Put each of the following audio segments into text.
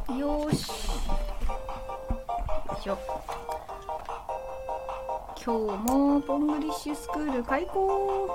よーし。よいしょ。今日もポングリッシュスクール開講。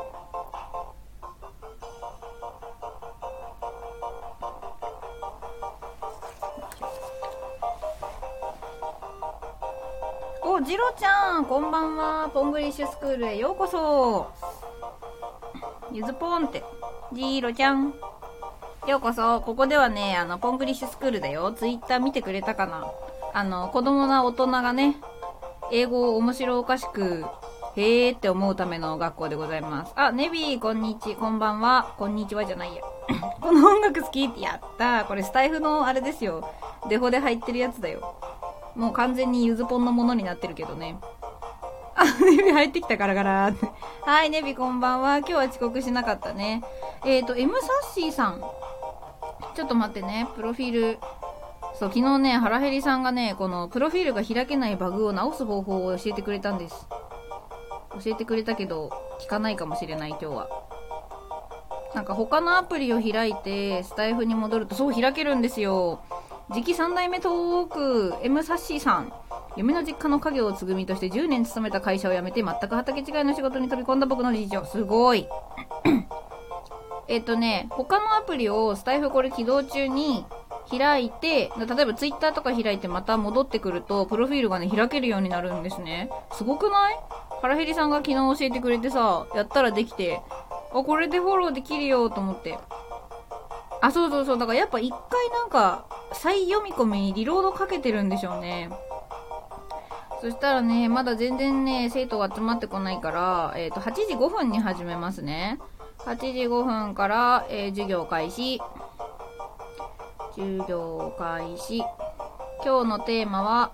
お、ジロちゃん、こんばんは。ポングリッシュスクールへようこそ。ゆずぽんって。ジーロちゃん。ようこそ。ここではね、ポングリッシュスクールだよ。ツイッター見てくれたかな？子供な大人がね、英語を面白おかしく、へーって思うための学校でございます。あ、ネビー、こんにち、こんばんは。こんにちはじゃないや。この音楽好きってやったー。これスタイフのあれですよ。デフォで入ってるやつだよ。もう完全にゆずぽんのものになってるけどね。あ、ネビ入ってきたガラガラーって。はい、ネビこんばんは。今日は遅刻しなかったね。M サッシーさん。ちょっと待ってね、プロフィール。そう、昨日ね、腹減りさんがね、このプロフィールが開けないバグを直す方法を教えてくれたんです。教えてくれたけど、聞かないかもしれない、今日は。なんか他のアプリを開いて、スタイフに戻ると、そう、開けるんですよ。次期3代目トーク、M サッシーさん。嫁の実家の家業を継ぐ身として10年勤めた会社を辞めて、全く畑違いの仕事に飛び込んだ僕の事情。すごい。他のアプリをスタイフこれ起動中に開いて、例えばツイッターとか開いてまた戻ってくると、プロフィールがね、開けるようになるんですね。すごくない？腹減りさんが昨日教えてくれてさ、やったらできて、あ、これでフォローできるよと思って。あ、そうそうそう。だからやっぱ一回なんか、再読み込みにリロードかけてるんでしょうね。そしたらね、まだ全然ね、生徒が集まってこないから、8時5分に始めますね。8時5分から、授業開始。授業開始。今日のテーマは、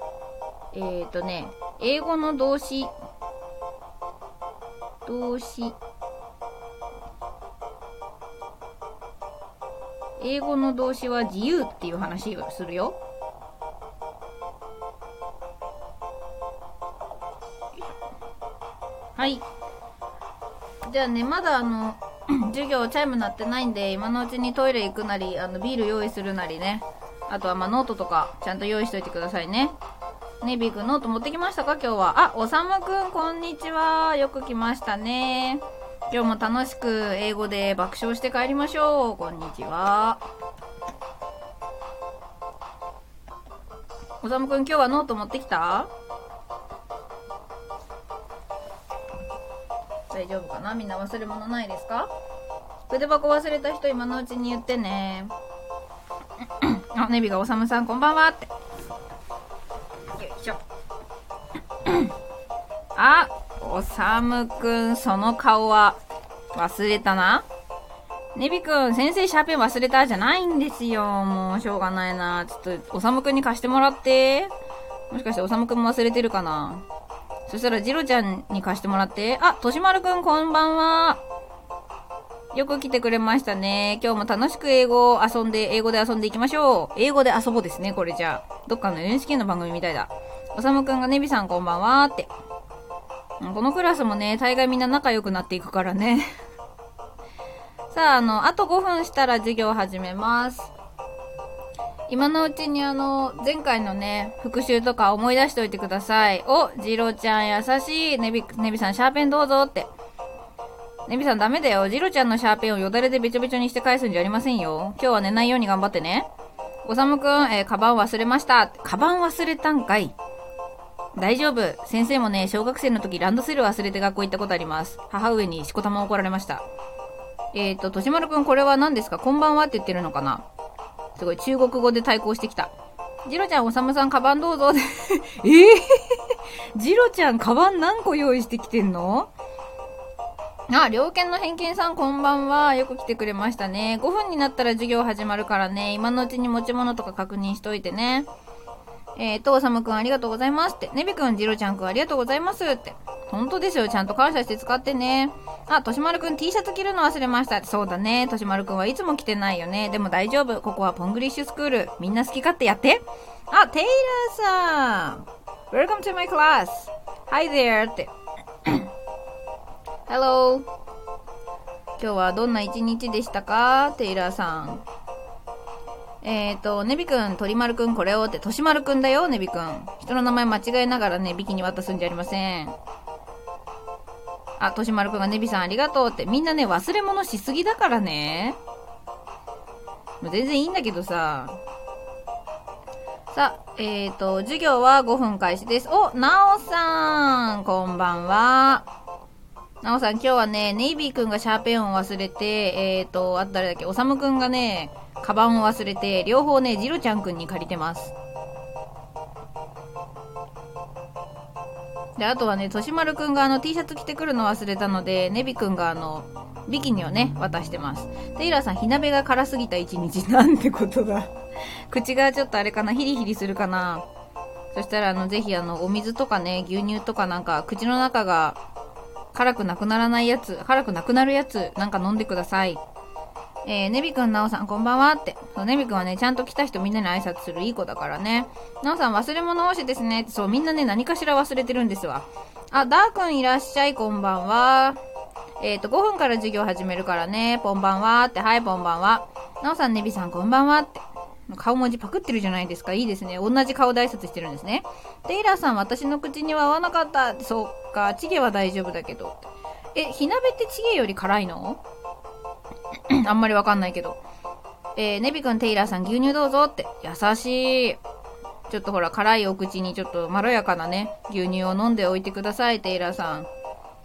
英語の動詞。動詞。英語の動詞は自由っていう話をするよ。はい。じゃあね、まだ授業チャイム鳴ってないんで、今のうちにトイレ行くなり、ビール用意するなりね。あとはノートとか、ちゃんと用意しといてくださいね。ネビーくんノート持ってきましたか今日は。あ、おさむくんこんにちは。よく来ましたね。今日も楽しく英語で爆笑して帰りましょう。こんにちは。おさむくん今日はノート持ってきた？大丈夫かな？みんな忘れ物ないですか？筆箱忘れた人今のうちに言ってね。あ、ネビがおさむさんこんばんはって。よいしょ。あ、おさむくんその顔は忘れたな。ネビくん先生シャーペン忘れたじゃないんですよ。もうしょうがないな。ちょっとおさむくんに貸してもらって。もしかしておさむくんも忘れてるかな。そしたらジロちゃんに貸してもらって。あ、としまるくんこんばんは。よく来てくれましたね。今日も楽しく英語で遊んでいきましょう。英語で遊ぼうですね、これじゃあ。どっかの NHK の番組みたいだ。おさむくんがネビさんこんばんはって。このクラスもね、大概みんな仲良くなっていくからね。さあ、あと5分したら授業始めます。今のうちに前回のね、復習とか思い出しておいてください。お、ジロちゃん優しい。ネビさんシャーペンどうぞって。ネビさんダメだよ。ジロちゃんのシャーペンをよだれでべちょべちょにして返すんじゃありませんよ。今日は寝ないように頑張ってね。おさむくん、カバン忘れました。カバン忘れたんかい。大丈夫。先生もね、小学生の時ランドセル忘れて学校行ったことあります。母上にしこたま怒られました。としまるくんこれは何ですか？こんばんはって言ってるのかな？すごい中国語で対抗してきた。ジロちゃん、おさむさん、カバンどうぞ。ジロちゃん、カバン何個用意してきてんの？あ、猟犬の偏見さん、こんばんは。よく来てくれましたね。5分になったら授業始まるからね、今のうちに持ち物とか確認しといてね。おさむくんありがとうございますって。ねびくん、ジロちゃんくんありがとうございますって。本当ですよ。ちゃんと感謝して使ってね。あ、としまるくん T シャツ着るの忘れました。そうだね。としまるくんはいつも着てないよね。でも大丈夫。ここはポングリッシュスクール。みんな好き勝手やって。あ、テイラーさん。Welcome to my class. Hi there って。Hello. 今日はどんな一日でしたか？テイラーさん。 ネビくん、鳥丸くん、これをって、としまるくんだよ、ネビくん。人の名前間違えながらね、ビキに渡すんじゃありません。あ、としまるくんがネビさんありがとうって、みんなね、忘れ物しすぎだからね。もう全然いいんだけどさ。さあ、授業は5分開始です。お、なおさん、こんばんは。なおさん、今日はね、ネイビーくんがシャーペンを忘れて、あと誰だっけ、おさむくんがね、カバンを忘れて、両方ね、ジロちゃんくんに借りてます。で、あとはね、としまるくんがT シャツ着てくるの忘れたので、ネビくんがビキニをね、渡してます。テイラーさん、火鍋が辛すぎた一日。なんてことだ。口がちょっとあれかな、ヒリヒリするかな。そしたらぜひお水とかね、牛乳とかなんか、口の中が辛くなくならないやつ、辛くなくなるやつ、なんか飲んでください。ネビくん、なおさん、こんばんはって。そう、ネビくんはね、ちゃんと来た人みんなに挨拶するいい子だからね。なおさん、忘れ物多しですねって。そう、みんなね、何かしら忘れてるんですわ。あ、ダーくんいらっしゃい、こんばんは。5分から授業始めるからね。こんばんはって。はい、こんばんは。なおさん、ネビさん、こんばんはって。顔文字パクってるじゃないですか。いいですね。同じ顔で挨拶してるんですね。テイラーさん、私の口には合わなかった。そうか、チゲは大丈夫だけど。火鍋ってチゲより辛いのあんまりわかんないけど。ネビくん、テイラーさん、牛乳どうぞって。優しい。ちょっとほら、辛いお口にちょっとまろやかなね、牛乳を飲んでおいてください、テイラーさん。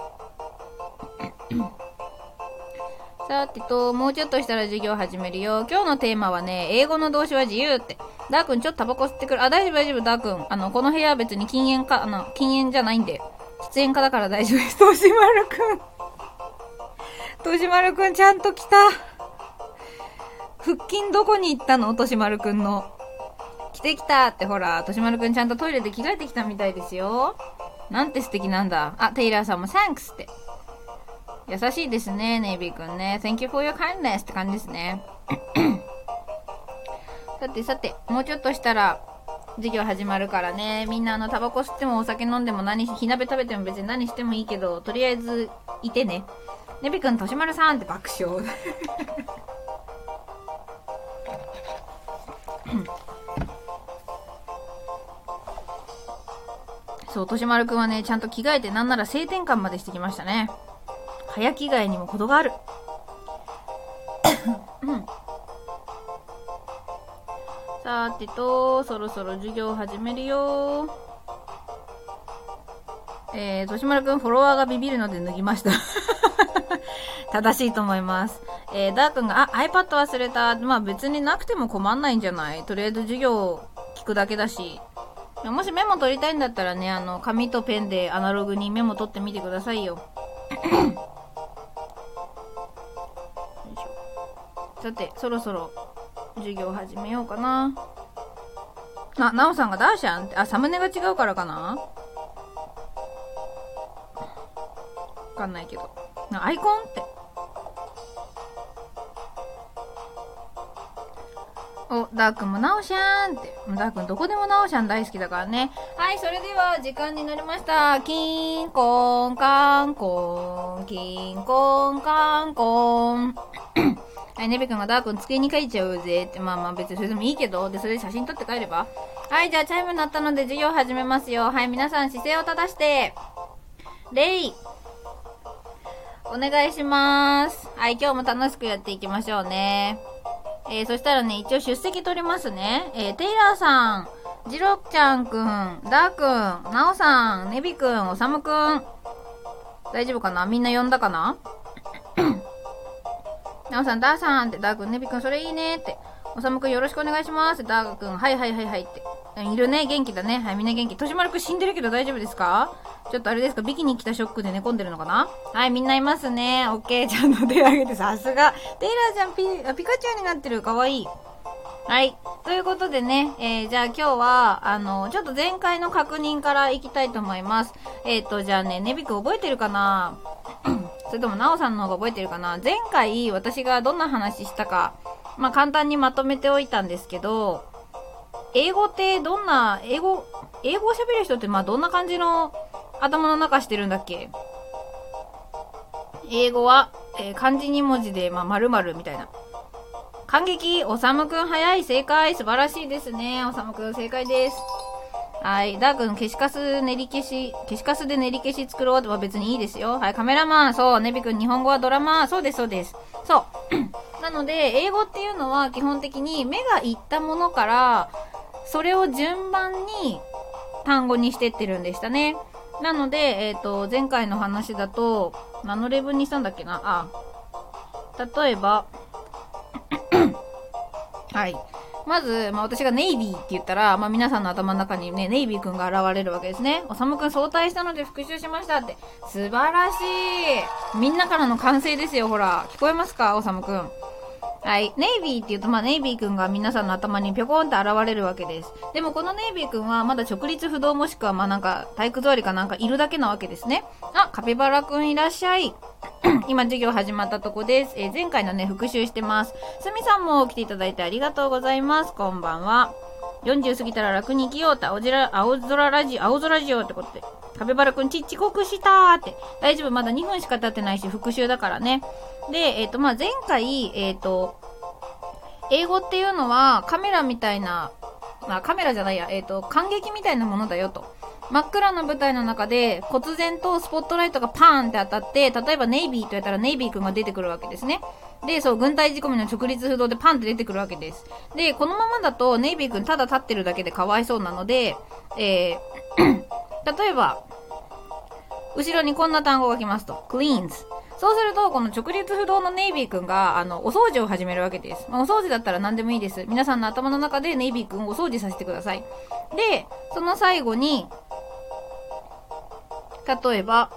さてと、もうちょっとしたら授業始めるよ。今日のテーマはね、英語の動詞は自由って。ダーくんちょっとタバコ吸ってくる。あ、大丈夫大丈夫、ダーくん。この部屋は別に禁煙か、禁煙じゃないんで。喫煙家だから大丈夫です。としまるくん。としまるくんちゃんと来た。腹筋どこに行ったのとしまるくんの。来てきたってほら、としまるくんちゃんとトイレで着替えてきたみたいですよ。なんて素敵なんだ。あ、テイラーさんも Thanks って。優しいですね、ネイビーくんね。Thank you for your kindness って感じですね。さて、もうちょっとしたら授業始まるからね。みんなタバコ吸ってもお酒飲んでも火鍋食べても別に何してもいいけど、とりあえずいてね。ネビくん、としまるさんって爆笑。そう、としまるくんはね、ちゃんと着替えてなんなら性転換までしてきましたね。早着替えにも程がある。さてと、そろそろ授業始めるよ。としまるくんフォロワーがビビるので脱ぎました。正しいと思います。ダーくんが、iPad 忘れた。まあ別になくても困んないんじゃない？とりあえず授業聞くだけだし。もしメモ取りたいんだったらね、紙とペンでアナログにメモ取ってみてくださいよ。さて、そろそろ授業始めようかな。あ、なおさんがダーシャンって、サムネが違うからかな？わかんないけど。アイコンって。お、ダーくんもなおしゃーんって。ダーくんどこでもなおしゃん大好きだからね。はい、それでは時間になりました。キンコンカンコン、キンコンカンコン。はい、ネビ君がダーくん机に書いちゃうぜって。まあ別にそれでもいいけど。で、それで写真撮って帰れば。はい、じゃあチャイム鳴ったので授業始めますよ。はい、皆さん姿勢を正して。レイ。お願いします。はい、今日も楽しくやっていきましょうね。そしたらね、一応出席取りますね。テイラーさん、ジロちゃんくん、ダーくん、ナオさん、ネビくん、オサムくん。大丈夫かな？みんな呼んだかな？ナオさん、ダーさんって、ダーくん、ネビくん、それいいねって。オサムくんよろしくお願いしますって、ダーくん、はいはいはいはいって。いるね、元気だね。はい、みんな元気。としまるくん死んでるけど大丈夫ですか？ちょっとあれですか、ビキに来たショックで寝込んでるのかな？はい、みんないますね。オッケー、ちゃんと手挙げて、さすが。テイラーちゃんピカチュウになってる。かわいい。はい。ということでね、じゃあ今日は、ちょっと前回の確認からいきたいと思います。じゃあね、ネビくん覚えてるかな？それともナオさんの方が覚えてるかな？前回私がどんな話したか、まあ簡単にまとめておいたんですけど、英語って英語を喋る人ってどんな感じの頭の中してるんだっけ？英語は、漢字2文字で、〇〇みたいな。 感激、おさむくん早い、正解、素晴らしいですね。おさむくん正解です。はい。ダー君、消しカスで練り消し作ろうとは別にいいですよ。はい。カメラマン、そう。ネビ君、日本語はドラマ。そうです、そうです。そう。なので、英語っていうのは基本的に目がいったものから、それを順番に単語にしてってるんでしたね。なので、前回の話だと、何の例文にしたんだっけな。例えば、はい。まず、私がネイビーって言ったら、皆さんの頭の中にね、ネイビーくんが現れるわけですね。おさむくん早退したので復習しましたって。素晴らしい。みんなからの歓声ですよ、ほら。聞こえますか、おさむくん。はい。ネイビーって言うと、ネイビーくんが皆さんの頭にぴょこんと現れるわけです。でもこのネイビーくんはまだ直立不動もしくは体育座りかなんかいるだけなわけですね。カピバラくんいらっしゃい。今授業始まったとこです。前回のね、復習してます。すみさんも来ていただいてありがとうございます。こんばんは。40過ぎたら楽に生きようって青空ラジオってことで。カピバラくん遅刻したーって。大丈夫、まだ2分しか経ってないし、復習だからね。で、前回、英語っていうのはカメラみたいな、カメラじゃないや、感激みたいなものだよと。真っ暗な舞台の中で、忽然とスポットライトがパーンって当たって、例えばネイビーと言ったらネイビーくんが出てくるわけですね。で、そう、軍隊仕込みの直立不動でパンって出てくるわけです。で、このままだとネイビーくんただ立ってるだけでかわいそうなので、例えば、後ろにこんな単語が来ますと、cleans。そうすると、この直立不動のネイビーくんが、お掃除を始めるわけです。お掃除だったら何でもいいです。皆さんの頭の中でネイビーくんをお掃除させてください。で、その最後に、例えば、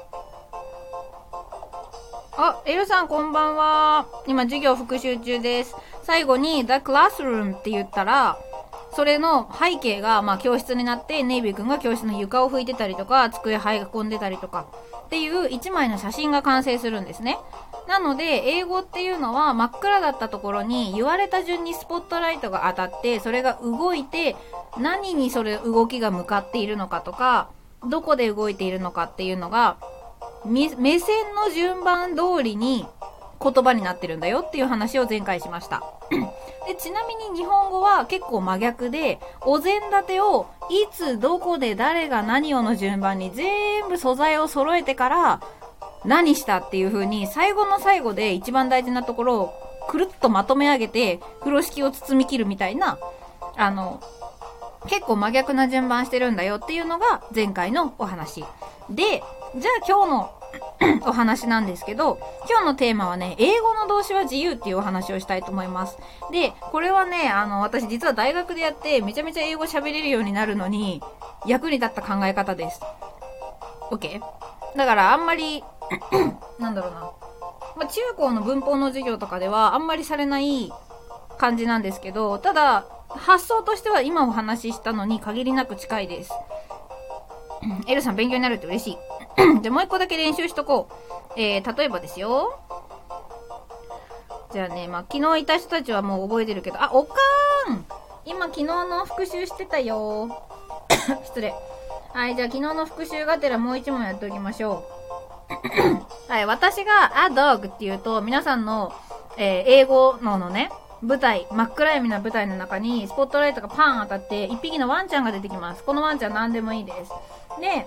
エルさんこんばんは。今授業復習中です。最後に The Classroom って言ったら、それの背景が教室になって、ネイビーくんが教室の床を拭いてたりとか、机運んでたりとかっていう一枚の写真が完成するんですね。なので、英語っていうのは真っ暗だったところに言われた順にスポットライトが当たって、それが動いて、何にそれ動きが向かっているのかとか、どこで動いているのかっていうのが、目線の順番通りに言葉になってるんだよっていう話を前回しました。で、ちなみに日本語は結構真逆で、お膳立てをいつどこで誰が何をの順番に全部素材を揃えてから何したっていう風に最後の最後で一番大事なところをくるっとまとめ上げて風呂敷を包み切るみたいな、結構真逆な順番してるんだよっていうのが前回のお話。で、じゃあ今日のお話なんですけど、今日のテーマはね、英語の動詞は自由っていうお話をしたいと思います。で、これはね、私実は大学でやってめちゃめちゃ英語喋れるようになるのに役に立った考え方です。OK？ だからあんまり、なんだろうな。中高の文法の授業とかではあんまりされない感じなんですけど、ただ、発想としては今お話ししたのに限りなく近いです。エルさん勉強になるって嬉しい。じゃあもう一個だけ練習しとこう。例えばですよ。じゃあね、昨日いた人たちはもう覚えてるけど、おかーん今昨日の復習してたよ。失礼。はい、じゃあ昨日の復習がてらもう一問やっておきましょう。はい、私が a dog って言うと、皆さんの、英語のね、舞台、真っ暗闇な舞台の中にスポットライトがパーン当たって一匹のワンちゃんが出てきます。このワンちゃん何でもいいです。で、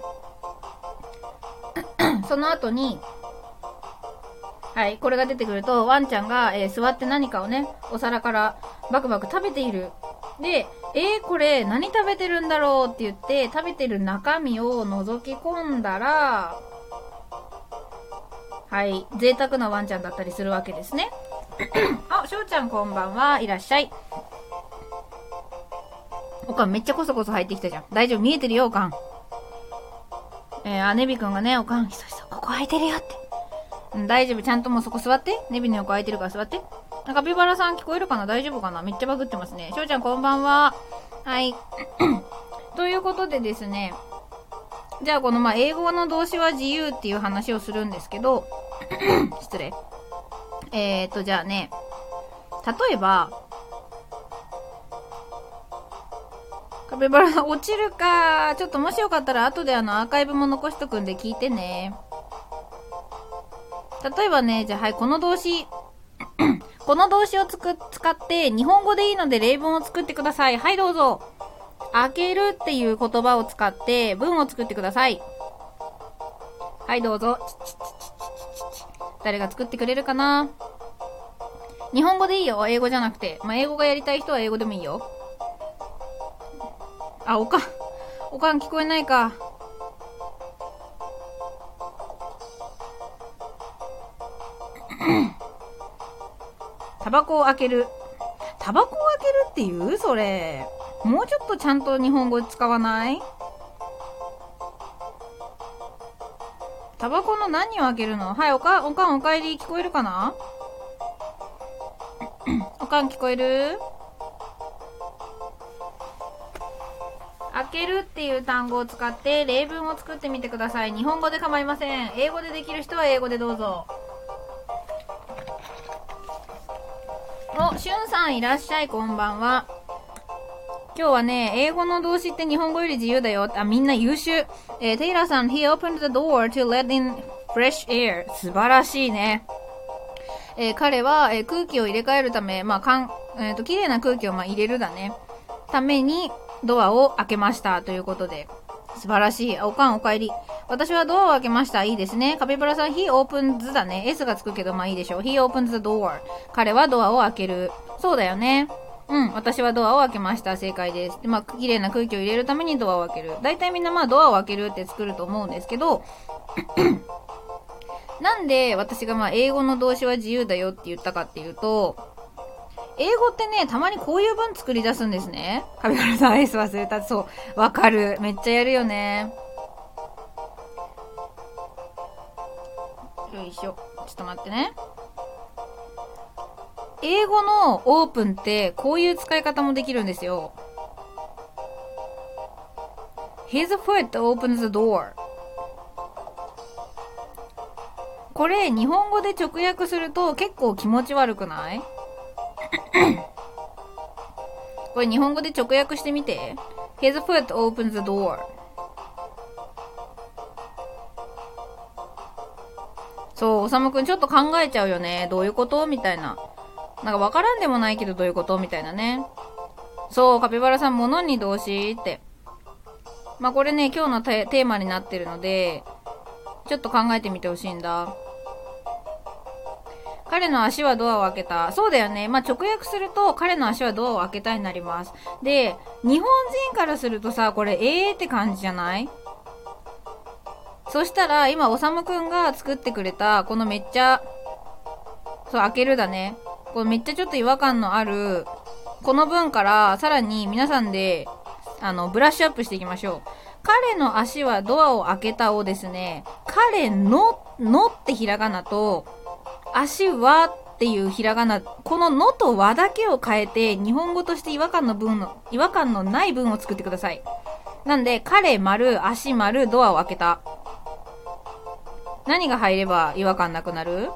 その後に、はい、これが出てくると、ワンちゃんが、座って何かをね、お皿からバクバク食べている。で、これ何食べてるんだろうって言って、食べてる中身を覗き込んだら、はい、贅沢なワンちゃんだったりするわけですね。しょうちゃんこんばんは。いらっしゃい。おかんめっちゃコソコソ入ってきたじゃん。大丈夫、見えてるよ、おかん。ネビくんがね、おかん、ひそひそ、ここ空いてるよって。大丈夫、ちゃんともうそこ座って。ネビの横空いてるから座って。カピバラさん聞こえるかな？大丈夫かな？めっちゃバグってますね。しょうちゃんこんばんは。はい。ということでですね。じゃあこの英語の動詞は自由っていう話をするんですけど、失礼。じゃあね、例えば、カピバラ落ちるか。ちょっともしよかったら後でアーカイブも残しとくんで聞いてね。例えばね、じゃあはい、この動詞。 この動詞を使って日本語でいいので例文を作ってください。はい、どうぞ。開けるっていう言葉を使って文を作ってください。はい、どうぞ。誰が作ってくれるかな。日本語でいいよ。英語じゃなくて。英語がやりたい人は英語でもいいよ。おかん聞こえないか。タバコを開ける。タバコを開けるっていうそれ。もうちょっとちゃんと日本語使わない？タバコの何を開けるの？はい、おかんお帰り聞こえるかな？おかん聞こえる？開けるっていう単語を使って例文を作ってみてください。日本語で構いません。英語でできる人は英語でどうぞ。しゅんさんいらっしゃい、こんばんは。今日はね、英語の動詞って日本語より自由だよ。みんな優秀。テイラーさん、he opened the door to let in fresh air。素晴らしいね。彼は、空気を入れ替えるため、綺麗な空気を入れるだね。ために、ドアを開けましたということで。素晴らしい。おかんお帰り。私はドアを開けました。いいですね。カピバラさん、he opens だね。S がつくけど、いいでしょう。he opens the door。彼はドアを開ける。そうだよね。私はドアを開けました。正解です。で、綺麗な空気を入れるためにドアを開ける。大体みんなドアを開けるって作ると思うんですけど、なんで私が英語の動詞は自由だよって言ったかっていうと、英語ってね、たまにこういう文作り出すんですね。カピバラさん、S 忘れた。そう。わかる。めっちゃやるよね。よいしょ。ちょっと待ってね。英語のオープンってこういう使い方もできるんですよ。His foot opens the door。これ日本語で直訳すると結構気持ち悪くない？これ日本語で直訳してみて。His foot opens the door。そう、おさむくんちょっと考えちゃうよね。どういうことみたいな。なんかわからんでもないけどどういうことみたいなね。そう、カピバラさん、物に動詞って。これね、今日のテーマになってるので、ちょっと考えてみてほしいんだ。彼の足はドアを開けた。そうだよね。直訳すると、彼の足はドアを開けたになります。で、日本人からするとさ、これ、って感じじゃない？そしたら、今、おさむくんが作ってくれた、このめっちゃ、そう、開けるだね。これめっちゃちょっと違和感のある、この文から、さらに皆さんで、ブラッシュアップしていきましょう。彼の足はドアを開けたをですね、彼のってひらがなと、足はっていうひらがな、こののと和だけを変えて、日本語として違和感のない文を作ってください。なんで、彼丸、足丸、ドアを開けた。何が入れば違和感なくなる？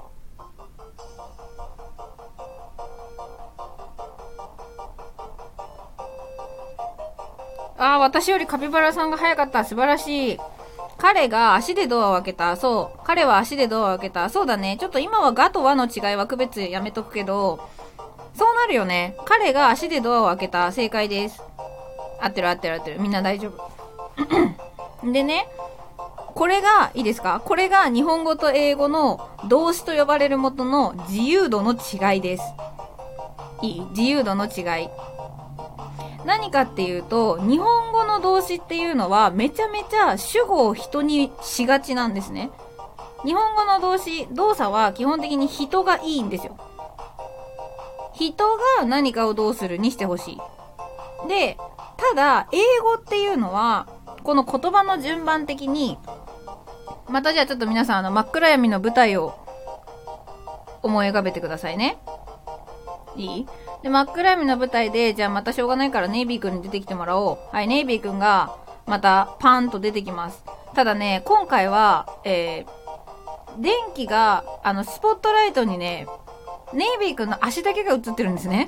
私よりカピバラさんが早かった。素晴らしい。彼が足でドアを開けた。そう。彼は足でドアを開けた。そうだね。ちょっと今はガと和の違いは区別やめとくけど、そうなるよね。彼が足でドアを開けた。正解です。合ってる。みんな大丈夫。でね、これが、いいですか？これが日本語と英語の動詞と呼ばれる元の自由度の違いです。自由度の違い。何かっていうと、日本語の動詞っていうのはめちゃめちゃ主語を人にしがちなんですね。日本語の動作は基本的に人がいいんですよ。人が何かをどうするにしてほしい。で、ただ、英語っていうのは、この言葉の順番的に、またじゃあちょっと皆さん真っ暗闇の舞台を思い浮かべてくださいね。いい？で、真っ暗闇の舞台で、じゃあまたしょうがないからネイビー君に出てきてもらおう。はい、ネイビー君がまたパーンと出てきます。ただね、今回は、電気が、スポットライトにね、ネイビー君の足だけが映ってるんですね。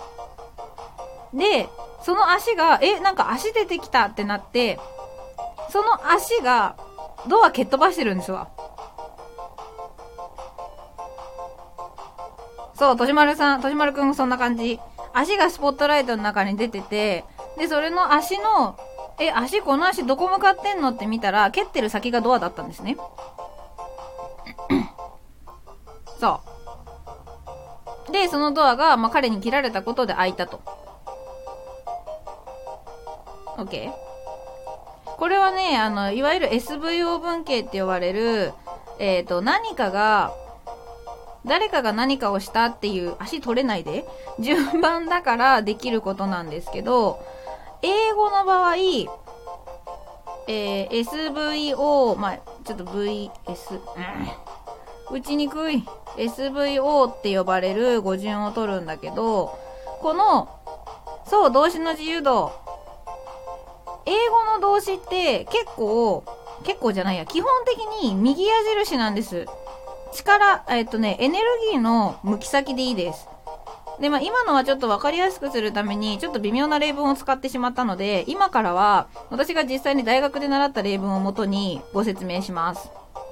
で、その足が、なんか足出てきたってなって、その足がドア蹴っ飛ばしてるんですわ。 そう、としまるくんもそんな感じ。足がスポットライトの中に出てて、で、それの足の、この足どこ向かってんのって見たら、蹴ってる先がドアだったんですね。そう。で、そのドアが、彼に切られたことで開いたと。OK？ これはね、いわゆる SVO 文系って呼ばれる、誰かが何かをしたっていう足取れないで順番だからできることなんですけど、英語の場合、SVO、ちょっと VS、打ちにくい。SVO って呼ばれる語順を取るんだけど、この、そう、動詞の自由度。英語の動詞って結構じゃないや、基本的に右矢印なんです。エネルギーの向き先でいいです。で、今のはちょっとわかりやすくするために、ちょっと微妙な例文を使ってしまったので、今からは、私が実際に大学で習った例文をもとにご説明します。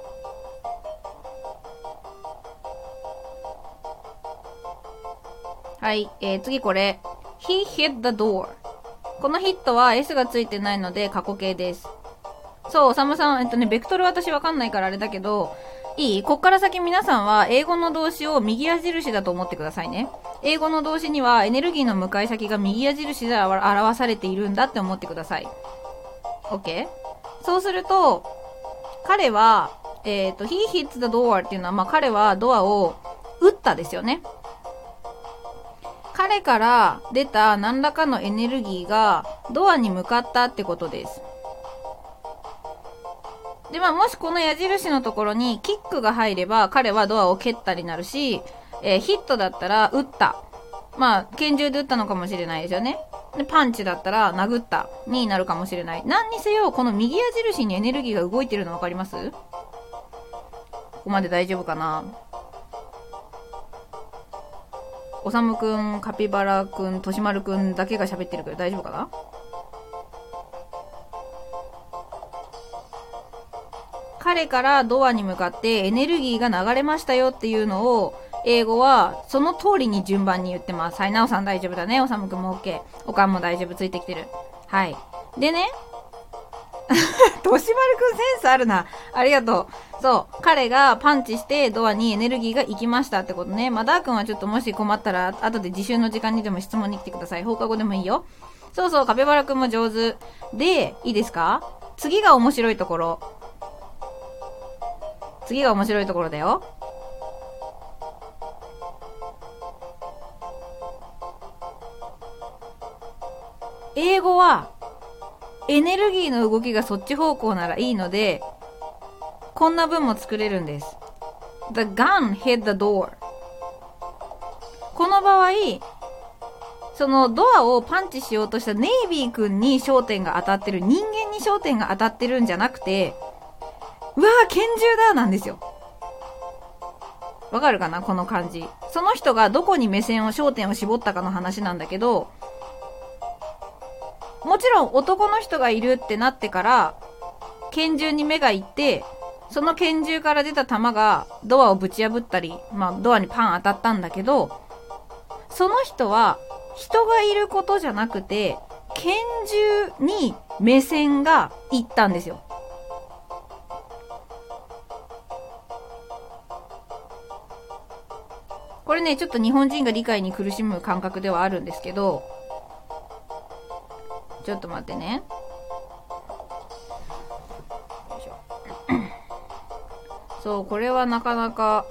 はい、次これ。He hit the door。このヒットは S がついてないので過去形です。そう、おさむさん、ベクトル私わかんないからあれだけど、こっから先皆さんは英語の動詞を右矢印だと思ってくださいね。英語の動詞にはエネルギーの向かい先が右矢印で表されているんだって思ってください。OK？ そうすると、彼は、he hits the door っていうのは、彼はドアを打ったですよね。彼から出た何らかのエネルギーがドアに向かったってことです。で、もしこの矢印のところにキックが入れば彼はドアを蹴ったりなるし、ヒットだったら打った。拳銃で撃ったのかもしれないですよね。で、パンチだったら殴ったになるかもしれない。何にせよ、この右矢印にエネルギーが動いてるの分かります？ここまで大丈夫かな？おさむくん、カピバラくん、としまるくんだけが喋ってるけど大丈夫かな？彼からドアに向かってエネルギーが流れましたよっていうのを、英語はその通りに順番に言ってます。はい、なおさん大丈夫だね。おさむくんも OK。おかんも大丈夫、ついてきてる。はい。でね、としまるくんセンスあるな。ありがとう。そう。彼がパンチしてドアにエネルギーが行きましたってことね。ダーくんはちょっともし困ったら、後で自習の時間にでも質問に来てください。放課後でもいいよ。そうそう、カペバラくんも上手。で、いいですか？次が面白いところ。次が面白いところだよ。英語はエネルギーの動きがそっち方向ならいいので、こんな文も作れるんです。The gun hit the door。この場合、そのドアをパンチしようとしたネイビー君に焦点が当たってる、人間に焦点が当たってるんじゃなくて、うわー拳銃だなんですよ。わかるかなこの感じ。その人がどこに焦点を絞ったかの話なんだけど、もちろん男の人がいるってなってから拳銃に目がいって、その拳銃から出た弾がドアをぶち破ったり、ドアにパン当たったんだけど、その人は人がいることじゃなくて拳銃に目線がいったんですよ。これね、ちょっと日本人が理解に苦しむ感覚ではあるんですけど、ちょっと待ってね。そう、これはなかなか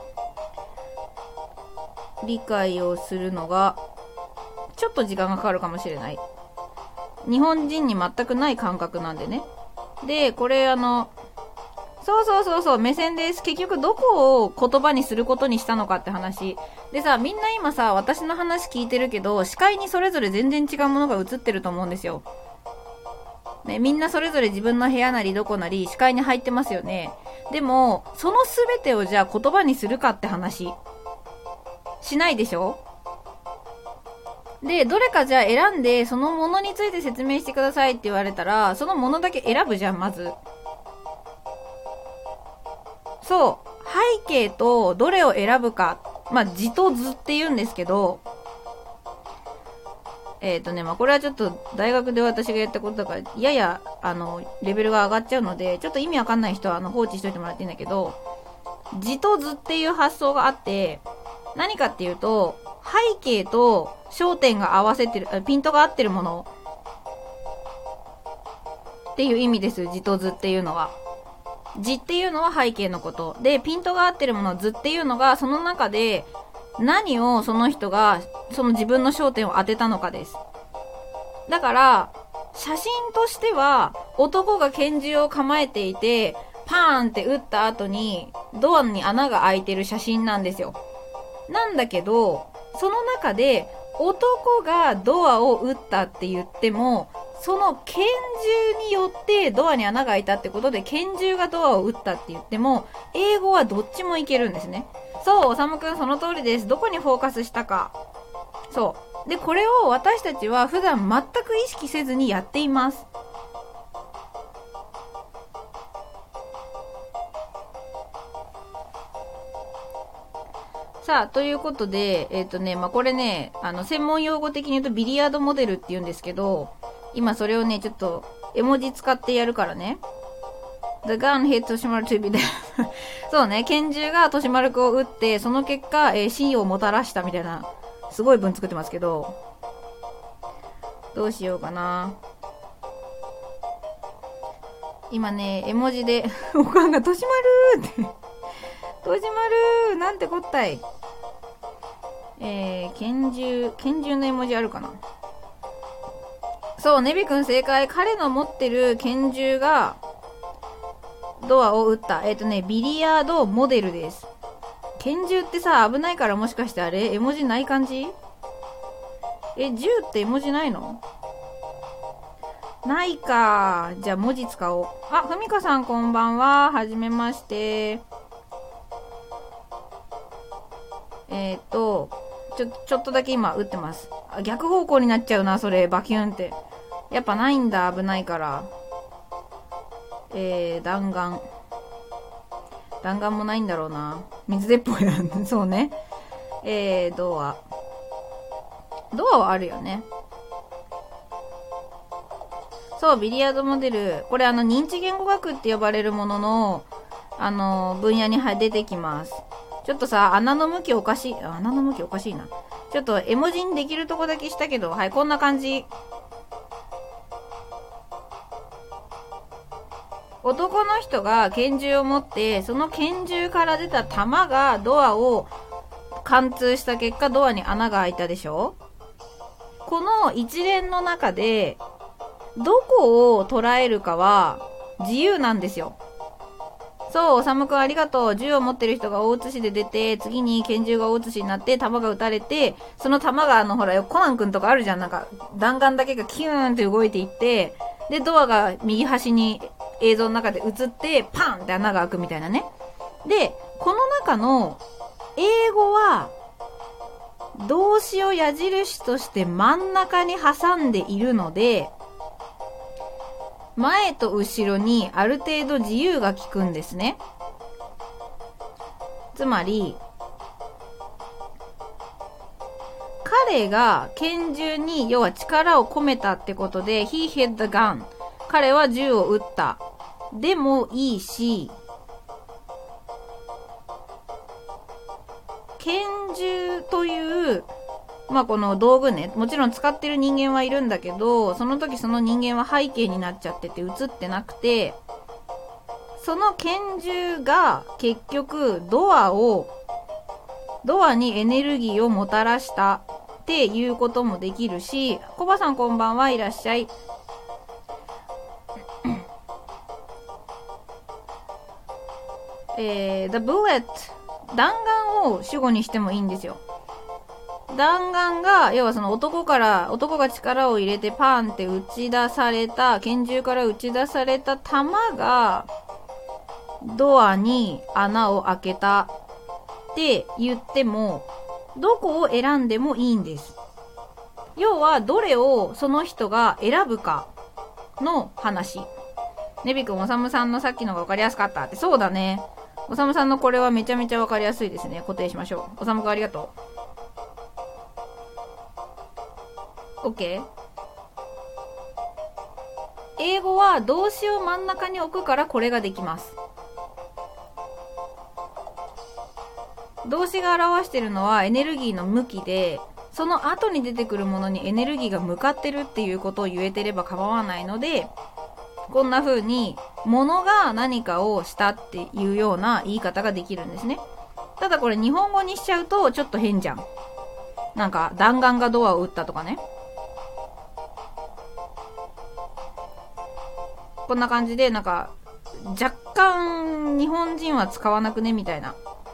理解をするのがちょっと時間がかかるかもしれない。日本人に全くない感覚なんでね。で、これそう目線です。結局どこを言葉にすることにしたのかって話でさ、みんな今さ、私の話聞いてるけど、視界にそれぞれ全然違うものが映ってると思うんですよね。みんなそれぞれ自分の部屋なりどこなり視界に入ってますよね。でもその全てをじゃあ言葉にするかって話しないでしょ。で、どれかじゃあ選んでそのものについて説明してくださいって言われたら、そのものだけ選ぶじゃん。まずそう、背景とどれを選ぶかまあ、字と図って言うんですけど、まあ、これはちょっと大学で私がやったことだから、やや、レベルが上がっちゃうので、ちょっと意味わかんない人は放置しといてもらっていいんだけど、字と図っていう発想があって、何かっていうと、背景と焦点が合わせてる、ピントが合ってるものっていう意味です。字と図っていうのは。字っていうのは背景のこと。で、ピントが合ってるもの、図っていうのが、その中で、何をその人が、その自分の焦点を当てたのかです。だから、写真としては、男が拳銃を構えていて、パーンって撃った後に、ドアに穴が開いてる写真なんですよ。なんだけど、その中で、男がドアを撃ったって言っても、その拳銃によってドアに穴が開いたってことで、拳銃がドアを撃ったって言っても、英語はどっちもいけるんですね。そう、おさむくんその通りです。どこにフォーカスしたか。そう。で、これを私たちは普段全く意識せずにやっています。さあ、ということで、まあ、これね、専門用語的に言うとビリヤードモデルって言うんですけど、今それをね、ちょっと絵文字使ってやるからね。The gun hit としまる to be dead そうね、拳銃がとしまるくを撃って、その結果、死をもたらしたみたいな、すごい文作ってますけど、どうしようかな。今ね、絵文字で、おかんがとしまるーって、としまるーなんてこったい。拳銃の絵文字あるかな。そう、ネビ君正解。彼の持ってる拳銃が、ドアを撃った。ビリヤードモデルです。拳銃ってさ、危ないからもしかしてあれ絵文字ない感じ？銃って絵文字ないの？ないか。じゃあ文字使おう。あ、ふみかさんこんばんは。はじめまして。ちょっとだけ今撃ってます。逆方向になっちゃうな、それ。バキュンって。やっぱないんだ、危ないから。弾丸。弾丸もないんだろうな。水鉄砲やん。そうね。ドア。ドアはあるよね。そう、ビリヤードモデル。これ認知言語学って呼ばれるものの、分野に出てきます。ちょっとさ、穴の向きおかしいな。ちょっと絵文字にできるとこだけしたけど、はい、こんな感じ。男の人が拳銃を持って、その拳銃から出た弾がドアを貫通した結果、ドアに穴が開いたでしょ？この一連の中で、どこを捉えるかは自由なんですよ。そう、おさむくんありがとう。銃を持ってる人が大写しで出て、次に拳銃が大写しになって、弾が撃たれて、その弾がほら、コナンくんとかあるじゃん。なんか、弾丸だけがキューンって動いていって、で、ドアが右端に映像の中で映って、パンって穴が開くみたいなね。で、この中の、英語は、動詞を矢印として真ん中に挟んでいるので、前と後ろにある程度自由が利くんですね。つまり、彼が拳銃に要は力を込めたってことで He hit the gun 彼は銃を撃ったでもいいし、拳銃というまあこの道具ね、もちろん使ってる人間はいるんだけど、その時その人間は背景になっちゃってて映ってなくて、その拳銃が結局ドアにエネルギーをもたらしたっていうこともできるし、コバさんこんばんはいらっしゃい。the bullet 弾丸を主語にしてもいいんですよ。弾丸が、要はその男が力を入れてパーンって打ち出された、拳銃から打ち出された弾が、ドアに穴を開けたって言っても、どこを選んでもいいんです。要は、どれをその人が選ぶかの話。ネビ君、おさむさんのさっきのが分かりやすかったって、そうだね。 おさむさんのこれはめちゃめちゃわかりやすいですね。固定しましょう。おさむくんありがとう。OK？ 英語は動詞を真ん中に置くからこれができます。動詞が表しているのはエネルギーの向きで、その後に出てくるものにエネルギーが向かってるっていうことを言えてれば構わないので、こんな風に物が何かをしたっていうような言い方ができるんですね。ただこれ日本語にしちゃうとちょっと変じゃん。なんか弾丸がドアを撃ったとかね。こんな感じでなんか若干日本人は使わなくねみたいな。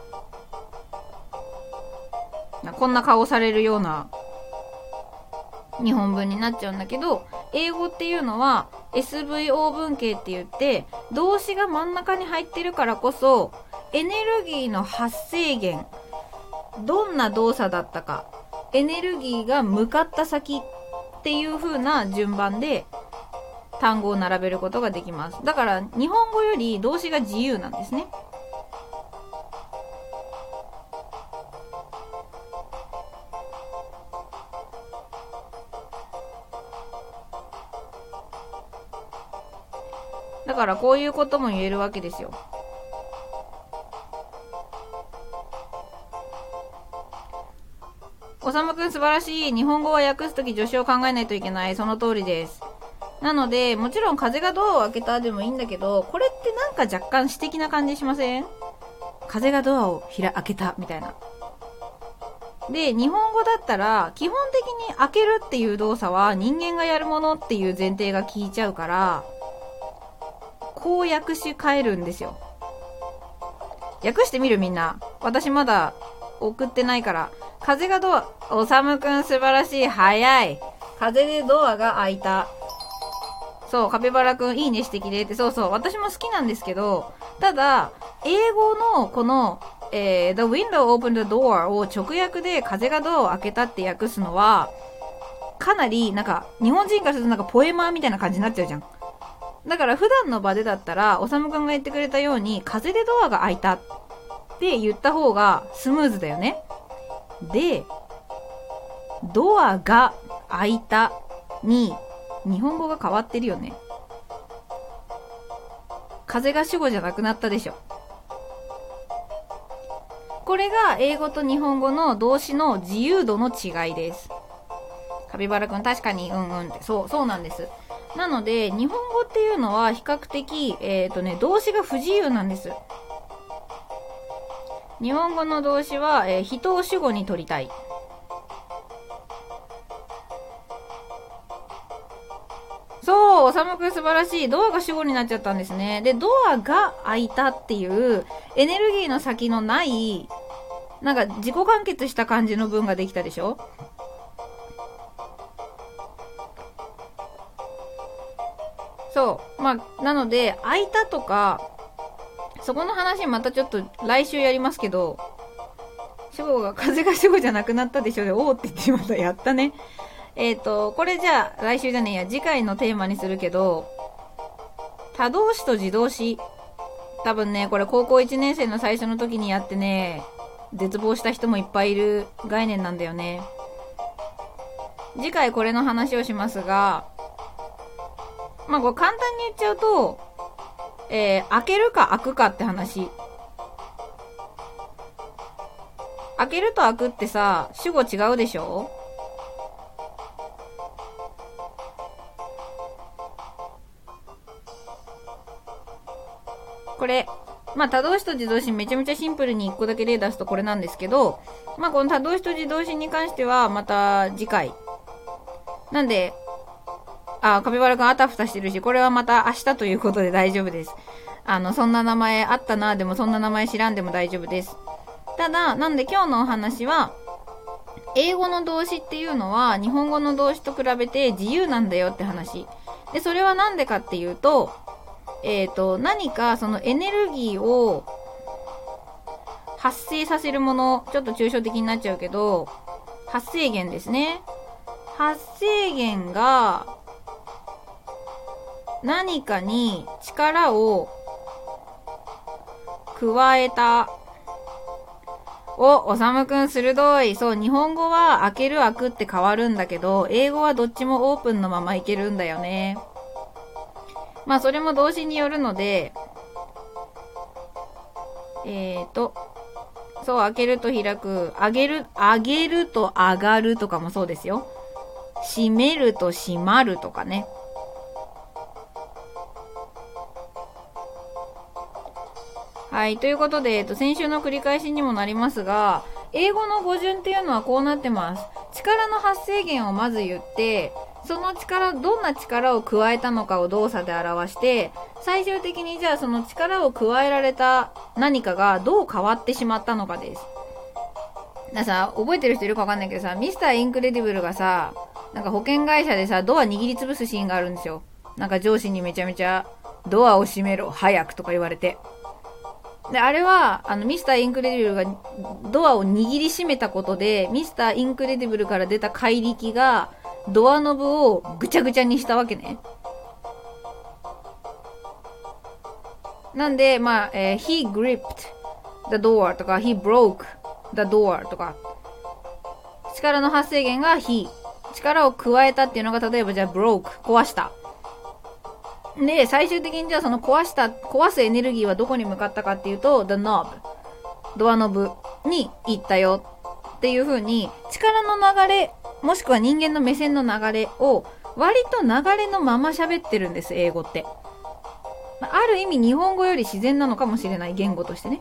こんな顔されるような日本文になっちゃうんだけど、英語っていうのは SVO 文型って言って動詞が真ん中に入ってるからこそエネルギーの発生源、どんな動作だったか、エネルギーが向かった先っていう風な順番で単語を並べることができます。だから日本語より動詞が自由なんですね。だからこういうことも言えるわけですよ。おさむくん素晴らしい。日本語は訳すとき助詞を考えないといけない。その通りです。なので、もちろん風がドアを開けたでもいいんだけど、これってなんか若干詩的な感じしません？風がドアを開けたみたいな。で、日本語だったら、基本的に開けるっていう動作は人間がやるものっていう前提が効いちゃうから、こう訳し変えるんですよ。訳してみるみんな。私まだ送ってないから。風がドア、おさむくん素晴らしい。早い。風でドアが開いた。そう、カピバラくんいいね指摘でって、そうそう、私も好きなんですけど、ただ、英語のこの、The window opened the door を直訳で風がドアを開けたって訳すのは、かなり、なんか、日本人からするとなんかポエマーみたいな感じになっちゃうじゃん。だから普段の場でだったら、おさむくんが言ってくれたように、風でドアが開いたって言った方がスムーズだよね。で、ドアが開いたに、日本語が変わってるよね。風が主語じゃなくなったでしょ。これが英語と日本語の動詞の自由度の違いです。カピバラくん確かにうんうんって、そうなんです。なので、日本語っていうのは比較的、動詞が不自由なんです。日本語の動詞は、人を主語に取りたい。そう、おさむくん素晴らしい。ドアが主語になっちゃったんですね。で、ドアが開いたっていうエネルギーの先のない、なんか自己完結した感じの文ができたでしょ？そう。まあ、なので、開いたとか、そこの話またちょっと来週やりますけど、主語が、風が主語じゃなくなったでしょで、おーって言ってまたやったね。これじゃあ、来週じゃねえや、次回のテーマにするけど、他動詞と自動詞。多分ね、これ高校1年生の最初の時にやってね、絶望した人もいっぱいいる概念なんだよね。次回これの話をしますが、まあ、これ簡単に言っちゃうと、開けるか開くかって話。開けると開くってさ、主語違うでしょ？これ、まあ、他動詞と自動詞めちゃめちゃシンプルに1個だけ例出すとこれなんですけど、まあ、この他動詞と自動詞に関してはまた次回。なんで、カピバラくんあたふたしてるし、これはまた明日ということで大丈夫です。そんな名前あったな、でもそんな名前知らんでも大丈夫です。ただ、なんで今日のお話は、英語の動詞っていうのは日本語の動詞と比べて自由なんだよって話。で、それはなんでかっていうと、何かそのエネルギーを発生させるもの、ちょっと抽象的になっちゃうけど、発生源ですね。発生源が何かに力を加えた。おさむくん鋭い。そう、日本語は開ける開くって変わるんだけど、英語はどっちもオープンのままいけるんだよね。まあ、それも動詞によるので、そう、開けると開く、上げると上がるとかもそうですよ。閉めると閉まるとかね。はい。ということで、先週の繰り返しにもなりますが、英語の語順っていうのはこうなってます。力の発生源をまず言って、その力、どんな力を加えたのかを動作で表して、最終的にじゃあその力を加えられた何かがどう変わってしまったのかです。さ、覚えてる人いるかわかんないけどさ、ミスターインクレディブルがさ、なんか保険会社でさ、ドア握りつぶすシーンがあるんですよ。なんか上司にめちゃめちゃ、ドアを閉めろ、早くとか言われて。で、あれは、ミスターインクレディブルがドアを握りしめたことで、ミスターインクレディブルから出た怪力が、ドアノブをぐちゃぐちゃにしたわけね。なんで、まあ、he gripped the door とか、he broke the door とか、力の発生源が he。力を加えたっていうのが、例えばじゃあ broke、壊した。で、最終的にじゃあその壊すエネルギーはどこに向かったかっていうと、the knob、ドアノブに行ったよっていう風に、力の流れ、もしくは人間の目線の流れを、割と流れのまま喋ってるんです、英語って。ある意味日本語より自然なのかもしれない、言語としてね。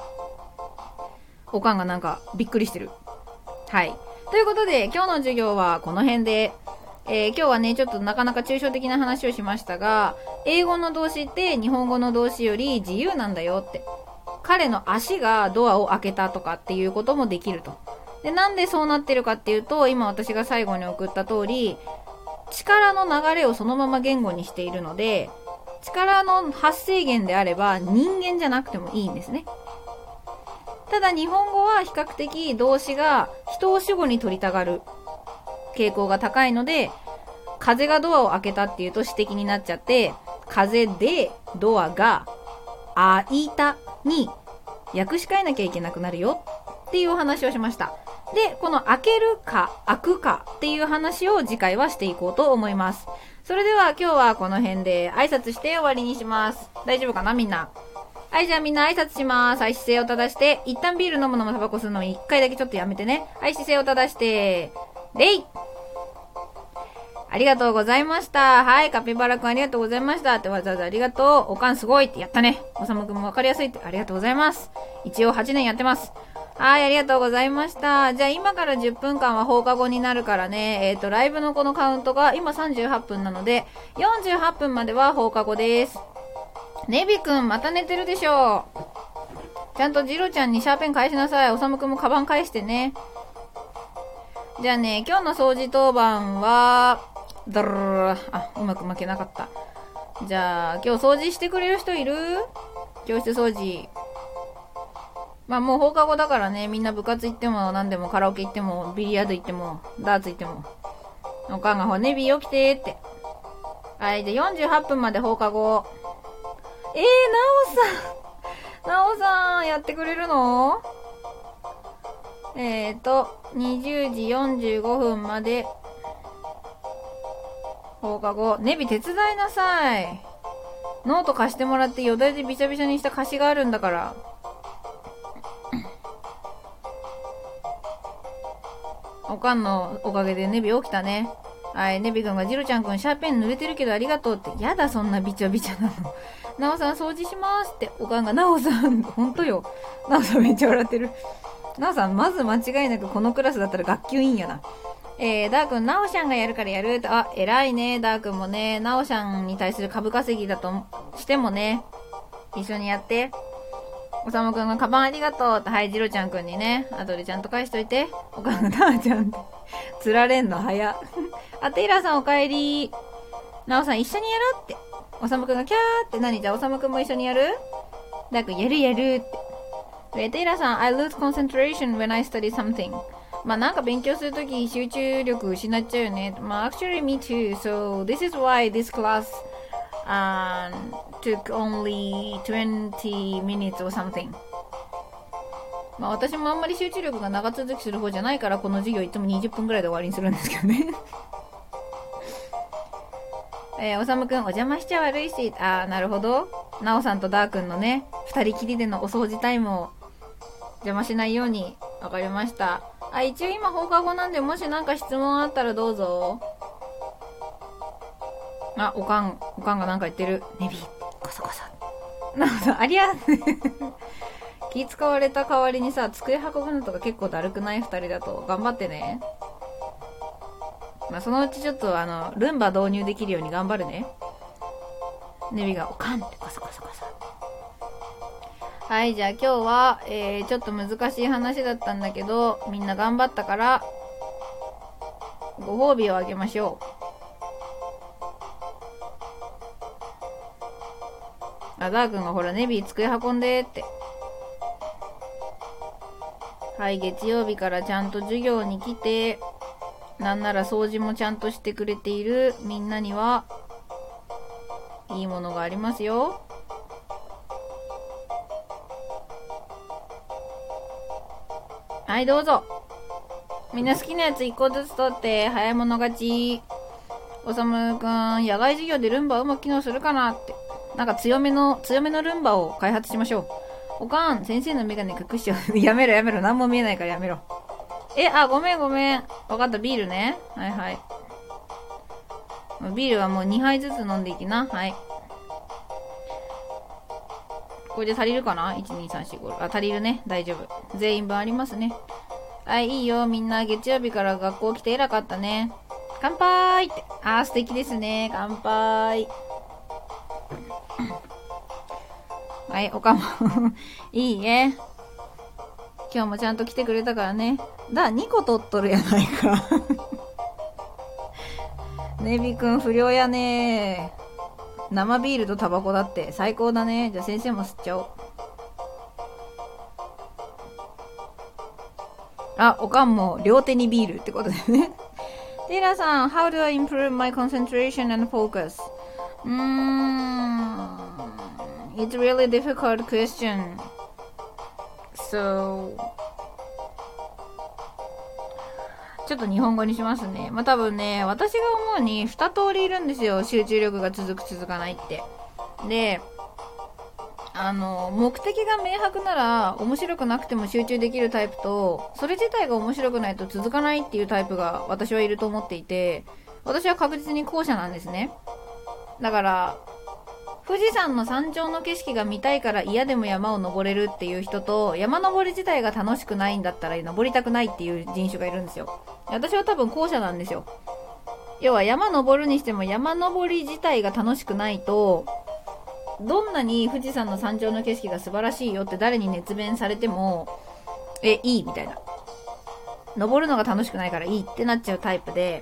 おかんがなんかびっくりしてる。はい。ということで、今日の授業はこの辺で、今日はね、ちょっとなかなか抽象的な話をしましたが、英語の動詞って日本語の動詞より自由なんだよって。彼の足がドアを開けたとかっていうこともできると。で、なんでそうなってるかっていうと、今私が最後に送った通り、力の流れをそのまま言語にしているので、力の発生源であれば人間じゃなくてもいいんですね。ただ日本語は比較的動詞が人を主語に取りたがる傾向が高いので、風がドアを開けたっていうと詩的になっちゃって、風でドアが開いたに訳し替えなきゃいけなくなるよっていうお話をしました。で、この開けるか開くかっていう話を次回はしていこうと思います。それでは今日はこの辺で挨拶して終わりにします。大丈夫かなみんな。はい、じゃあみんな挨拶します。はい、姿勢を正して、一旦ビール飲むのもタバコ吸うのも一回だけちょっとやめてね。はい、姿勢を正して、レイありがとうございました。はい、カピバラくんありがとうございましたってわざわざありがとう。おかんすごいってやったね。おさむくんもわかりやすいってありがとうございます。一応8年やってます。はい、ありがとうございました。じゃあ今から10分間は放課後になるからね、ライブのこのカウントが今38分なので、48分までは放課後です。ネビくんまた寝てるでしょ。ちゃんとジロちゃんにシャーペン返しなさい。おさむくんもカバン返してね。じゃあね、今日の掃除当番は、うまく巻けなかった。じゃあ、今日掃除してくれる人いる？教室掃除。まあもう放課後だからね、みんな部活行っても何でもカラオケ行ってもビリヤード行ってもダーツ行っても。おかんがネビー起きてーって。はい、じゃあ48分まで放課後。なおさんやってくれるの？20時45分まで放課後。ネビ手伝いなさい。ノート貸してもらってよだれでびちゃびちゃにした貸しがあるんだから。おかんのおかげでネビ起きたね。はい、ネビ君がジロちゃん君シャーペン濡れてるけどありがとうって。やだそんなびちゃびちゃなの。なおさん掃除しますって。おかんがなおさん、ほんとよ。なおさんめっちゃ笑ってる。なおさんまず間違いなくこのクラスだったら学級委員やな。ダー君、なおしゃんがやるからやるって。あ、偉いね、ダー君もね。なおしゃんに対する株稼ぎだとしてもね、一緒にやって。おさむくんがカバンありがとうって。はい、ジロちゃんくんにね、後でちゃんと返しといて。おかんがなおちゃんって。釣られんの早。あ、テイラーさんお帰り。なおさん一緒にやろうって。おさむくんがキャーって。何じゃあおさむくんも一緒にやる？ダー君やるって。テイラーさん、I lose concentration when I study something。まあなんか勉強するとき集中力失っちゃうよね。まあ actually me too. So this is why this class took only 20 minutes or something. まあ私もあんまり集中力が長続きする方じゃないから、この授業いつも20分ぐらいで終わりにするんですけどね。おさむくん、お邪魔しちゃ悪いし、なるほど。なおさんとダーくんのね、二人きりでのお掃除タイムを邪魔しないように。わかりました。一応今放課後なんで、もしなんか質問あったらどうぞ。おかんがなんか言ってる。ネビ、こそこそ。なんかありゃ、気使われた代わりにさ、机運ぶのとか結構だるくない？二人だと。頑張ってね。そのうちちょっとルンバ導入できるように頑張るね。ネビがおかんってコソコソコソ。はい、じゃあ今日は、ちょっと難しい話だったんだけど、みんな頑張ったから、ご褒美をあげましょう。ダーくんがほら、ネビ机運んでって。はい、月曜日からちゃんと授業に来て、なんなら掃除もちゃんとしてくれているみんなには、いいものがありますよ。はい、どうぞ。みんな好きなやつ1個ずつ取って、早い者勝ち。おさむくん、野外授業でルンバうまく機能するかなって。なんか強めのルンバを開発しましょう。おかん、先生のメガネ隠しちゃう。やめろ。何も見えないからやめろ。ごめん。わかった、ビールね。はいはい。ビールはもう2杯ずつ飲んでいきな。はい。これで足りるかな？ 1、2、3、4、5。足りるね。大丈夫。全員分ありますね。はい、いいよ。みんな月曜日から学校来て偉かったね。乾杯って。素敵ですね。乾杯。はい、おかも。いいね。今日もちゃんと来てくれたからね。2個取っとるやないか。ネビくん不良やね。生ビールとタバコだって最高だね。じゃあ先生も吸っちゃおう。おかんも両手にビールってことでね。テイラーさん、How do I improve my concentration and focus? It's really difficult question. So, ちょっと日本語にしますね。多分ね、私が思うに2通りいるんですよ。集中力が続かないって。で、目的が明白なら面白くなくても集中できるタイプと、それ自体が面白くないと続かないっていうタイプが私はいると思っていて、私は確実に後者なんですね。だから、富士山の山頂の景色が見たいから嫌でも山を登れるっていう人と、山登り自体が楽しくないんだったら登りたくないっていう人種がいるんですよ。私は多分後者なんですよ。要は山登るにしても山登り自体が楽しくないと、どんなに富士山の山頂の景色が素晴らしいよって誰に熱弁されても、いいみたいな。登るのが楽しくないからいいってなっちゃうタイプで、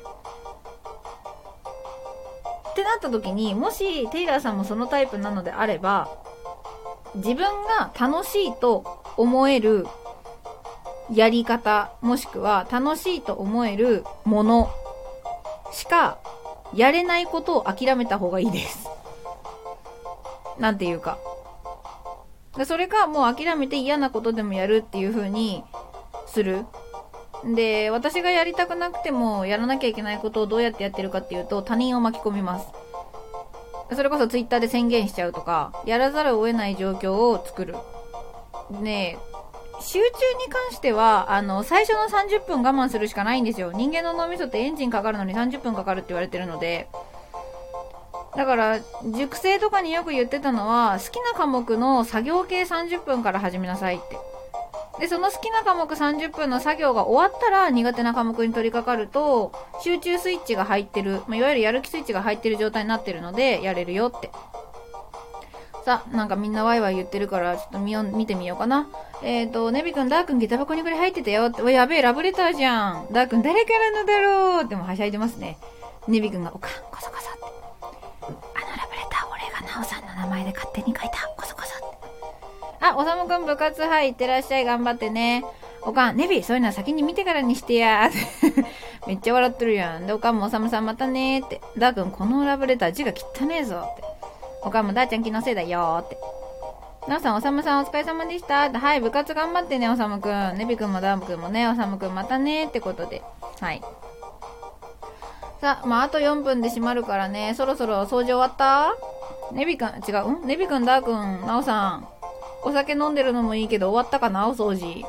ってなった時に、もしテイラーさんもそのタイプなのであれば、自分が楽しいと思えるやり方、もしくは楽しいと思えるものしかやれないことを諦めた方がいいです。なんていうか。それかもう諦めて嫌なことでもやるっていう風にする。で、私がやりたくなくてもやらなきゃいけないことをどうやってやってるかっていうと、他人を巻き込みます。それこそツイッターで宣言しちゃうとか、やらざるを得ない状況を作る。ねえ、集中に関しては、最初の30分我慢するしかないんですよ。人間の脳みそってエンジンかかるのに30分かかるって言われてるので。だから、塾生とかによく言ってたのは、好きな科目の作業系30分から始めなさいって。で、その好きな科目30分の作業が終わったら苦手な科目に取り掛かると、集中スイッチが入ってる、いわゆるやる気スイッチが入ってる状態になってるので、やれるよって。さあ、なんかみんなワイワイ言ってるから、ちょっと見てみようかな。ネビ君、ダー君下駄箱にこれ入ってたよって。やべえ、ラブレターじゃん。ダー君、誰からのだろうってもはしゃいでますね。ネビ君が、おかん、こそこそって。ラブレター、俺がナオさんの名前で勝手に書いた。こそこそって。おさむくん部活入ってらっしゃい、頑張ってね。おかん、ネビ、そういうのは先に見てからにしてや。めっちゃ笑ってるやん。で、おかんもおさむさんまたねーって。ダーくん、このラブレター字が汚ねえぞって。 おかんもだーちゃん気のせいだよーって。なおさん、おさむさんお疲れ様でしたって。はい、部活頑張ってね、おさむくん。ねびくんもだーくんもね、おさむくんまたねってことで。はい。さあ、あと4分で閉まるからね、そろそろ掃除終わった？ねびくん、違う？ねびくん、だーくん、なおさん。お酒飲んでるのもいいけど、終わったかな、お掃除。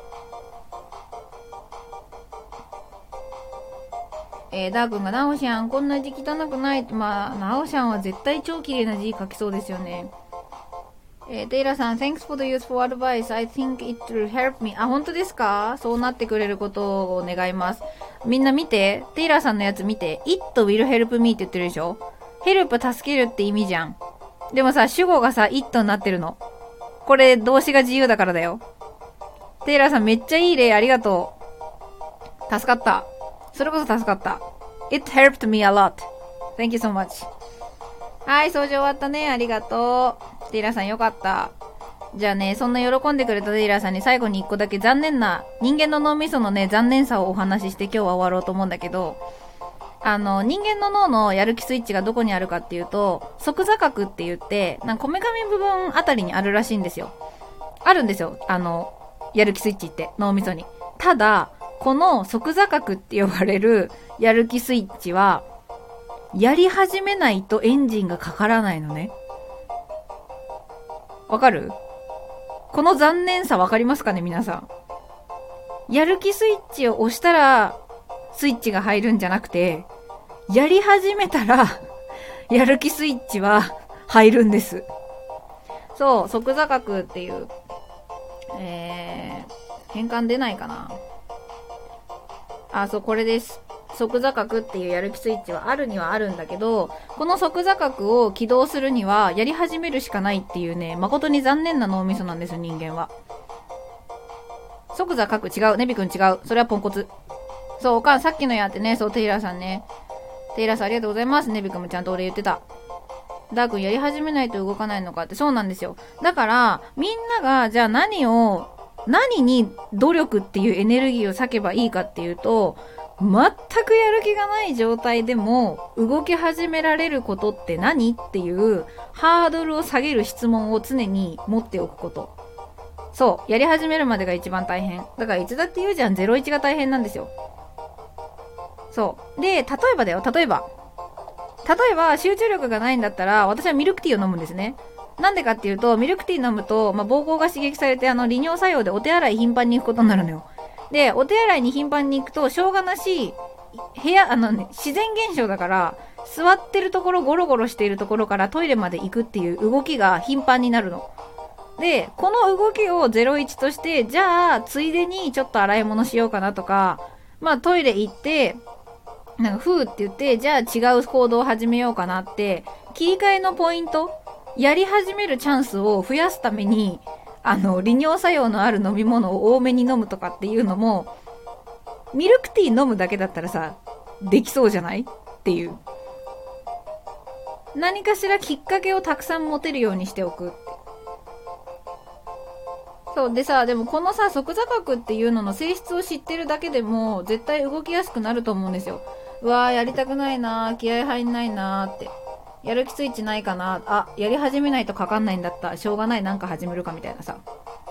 ダーくんが、なおしゃん、こんな字汚くない。なおしゃんは絶対超綺麗な字書きそうですよね。テイラさん、Thanks for the useful advice. I think it will help me. あ、本当ですか？そうなってくれることを願います。みんな見て。テイラさんのやつ見て。It will help me って言ってるでしょ？ help 助けるって意味じゃん。でもさ、主語がさ、it になってるの。これ、動詞が自由だからだよ。テイラさん、めっちゃいい例ありがとう。助かった。それこそ助かった。It helped me a lot. Thank you so much. はい、掃除終わったね。ありがとう。テイラーさんよかった。じゃあね、そんな喜んでくれたテイラーさんに最後に一個だけ残念な、人間の脳みそのね、残念さをお話しして今日は終わろうと思うんだけど、人間の脳のやる気スイッチがどこにあるかっていうと、側座角って言って、こめかみ部分あたりにあるらしいんですよ。あるんですよ。やる気スイッチって脳みそに。ただ、この側座角って呼ばれるやる気スイッチは、やり始めないとエンジンがかからないのね。わかる？この残念さわかりますかね、皆さん。やる気スイッチを押したら、スイッチが入るんじゃなくて、やり始めたら、やる気スイッチは入るんです。そう、側座角っていう、変換出ないかな。あ、そう、これです。側座角っていうやる気スイッチはあるにはあるんだけど、この側座角を起動するにはやり始めるしかないっていうね、誠に残念な脳みそなんですよ、人間は。側座角違う。ネビ君違う。それはポンコツ。そう、おかんさっきのやってね、そう、テイラーさんね。テイラーさんありがとうございます。ネビ君もちゃんと俺言ってた。ダー君やり始めないと動かないのかって、そうなんですよ。だから、みんなが、じゃあ何に努力っていうエネルギーを割けばいいかっていうと、全くやる気がない状態でも動き始められることって何っていうハードルを下げる質問を常に持っておくこと。そう。やり始めるまでが一番大変。だからいつだって言うじゃん。01が大変なんですよ。そう。で、例えばだよ。例えば集中力がないんだったら私はミルクティーを飲むんですね。なんでかっていうと、ミルクティー飲むと、膀胱が刺激されて利尿作用でお手洗い頻繁に行くことになるのよ。で、お手洗いに頻繁に行くと、しょうがなし、部屋、自然現象だから、座ってるところ、ゴロゴロしているところからトイレまで行くっていう動きが頻繁になるの。で、この動きを01として、じゃあ、ついでにちょっと洗い物しようかなとか、トイレ行って、ふーって言って、じゃあ違う行動を始めようかなって、切り替えのポイント、やり始めるチャンスを増やすために、利尿作用のある飲み物を多めに飲むとかっていうのも、ミルクティー飲むだけだったらさ、できそうじゃないっていう。何かしらきっかけをたくさん持てるようにしておく。そう。でさ、でもこのさ、側座角っていうのの性質を知ってるだけでも、絶対動きやすくなると思うんですよ。うわー、やりたくないなー、気合入んないなーって。やる気スイッチないかなあ、やり始めないとかかんないんだった。しょうがない、なんか始めるかみたいなさ。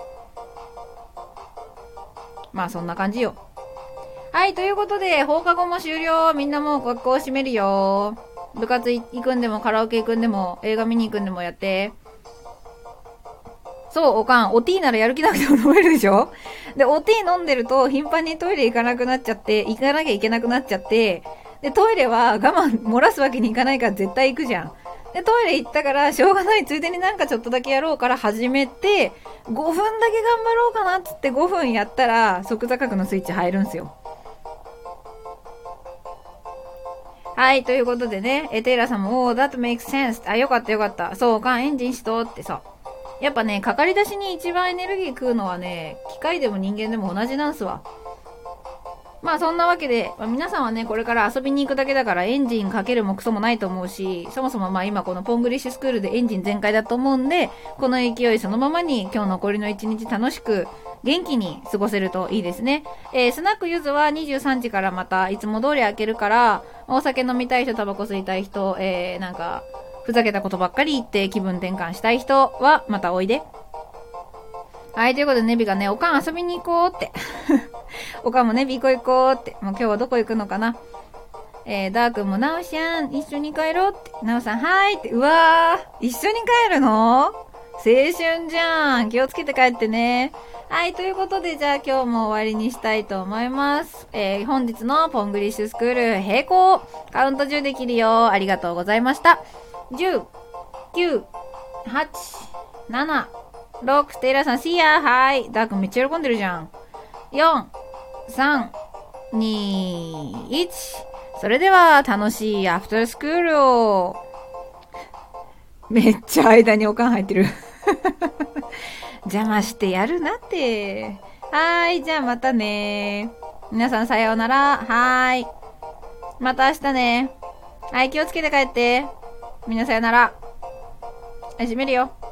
そんな感じよ。はい、ということで、放課後も終了。みんなもう学校閉めるよ。部活行くんでも、カラオケ行くんでも、映画見に行くんでもやって。そう、おかん、おティーならやる気なくても飲めるでしょ？で、おティー飲んでると頻繁にトイレ行かなくなっちゃって、行かなきゃいけなくなっちゃって、で、トイレは我慢、漏らすわけにいかないから絶対行くじゃん。で、トイレ行ったからしょうがない、ついでになんかちょっとだけやろうから始めて、5分だけ頑張ろうかなっつって5分やったら、側座角のスイッチ入るんすよ。はい、ということでね、テイラーさんも、that makes sense. あ、よかったよかった。そうか、エンジンしとってさ。やっぱね、かかり出しに一番エネルギー食うのはね、機械でも人間でも同じなんすわ。そんなわけで、皆さんはね、これから遊びに行くだけだからエンジンかけるもクソもないと思うし、そもそも今このポングリッシュスクールでエンジン全開だと思うんで、この勢いそのままに今日残りの一日楽しく元気に過ごせるといいですね。スナックゆずは23時からまたいつも通り開けるから、お酒飲みたい人、タバコ吸いたい人、 ふざけたことばっかり言って気分転換したい人はまたおいで。はい、ということでネビがね、おかん遊びに行こうって。おかんもネビ行こうって。もう今日はどこ行くのかな。ダーくんもなおしゃん、一緒に帰ろうって。なおさん、はーいって。うわー、一緒に帰るの？青春じゃん。気をつけて帰ってね。はい、ということで、じゃあ今日も終わりにしたいと思います。本日のポングリッシュスクール並行、カウント10できるよ。ありがとうございました。10、9、8、7、6、テイラーさん、See ya! はい。ダーくんめっちゃ喜んでるじゃん。4、3、2、1。それでは、楽しいアフタースクールを。めっちゃ間におかん入ってる。邪魔してやるなって。はーい、じゃあまたね。皆さんさようなら。はーい。また明日ね。はい、気をつけて帰って。みんなさようなら。はい、閉めるよ。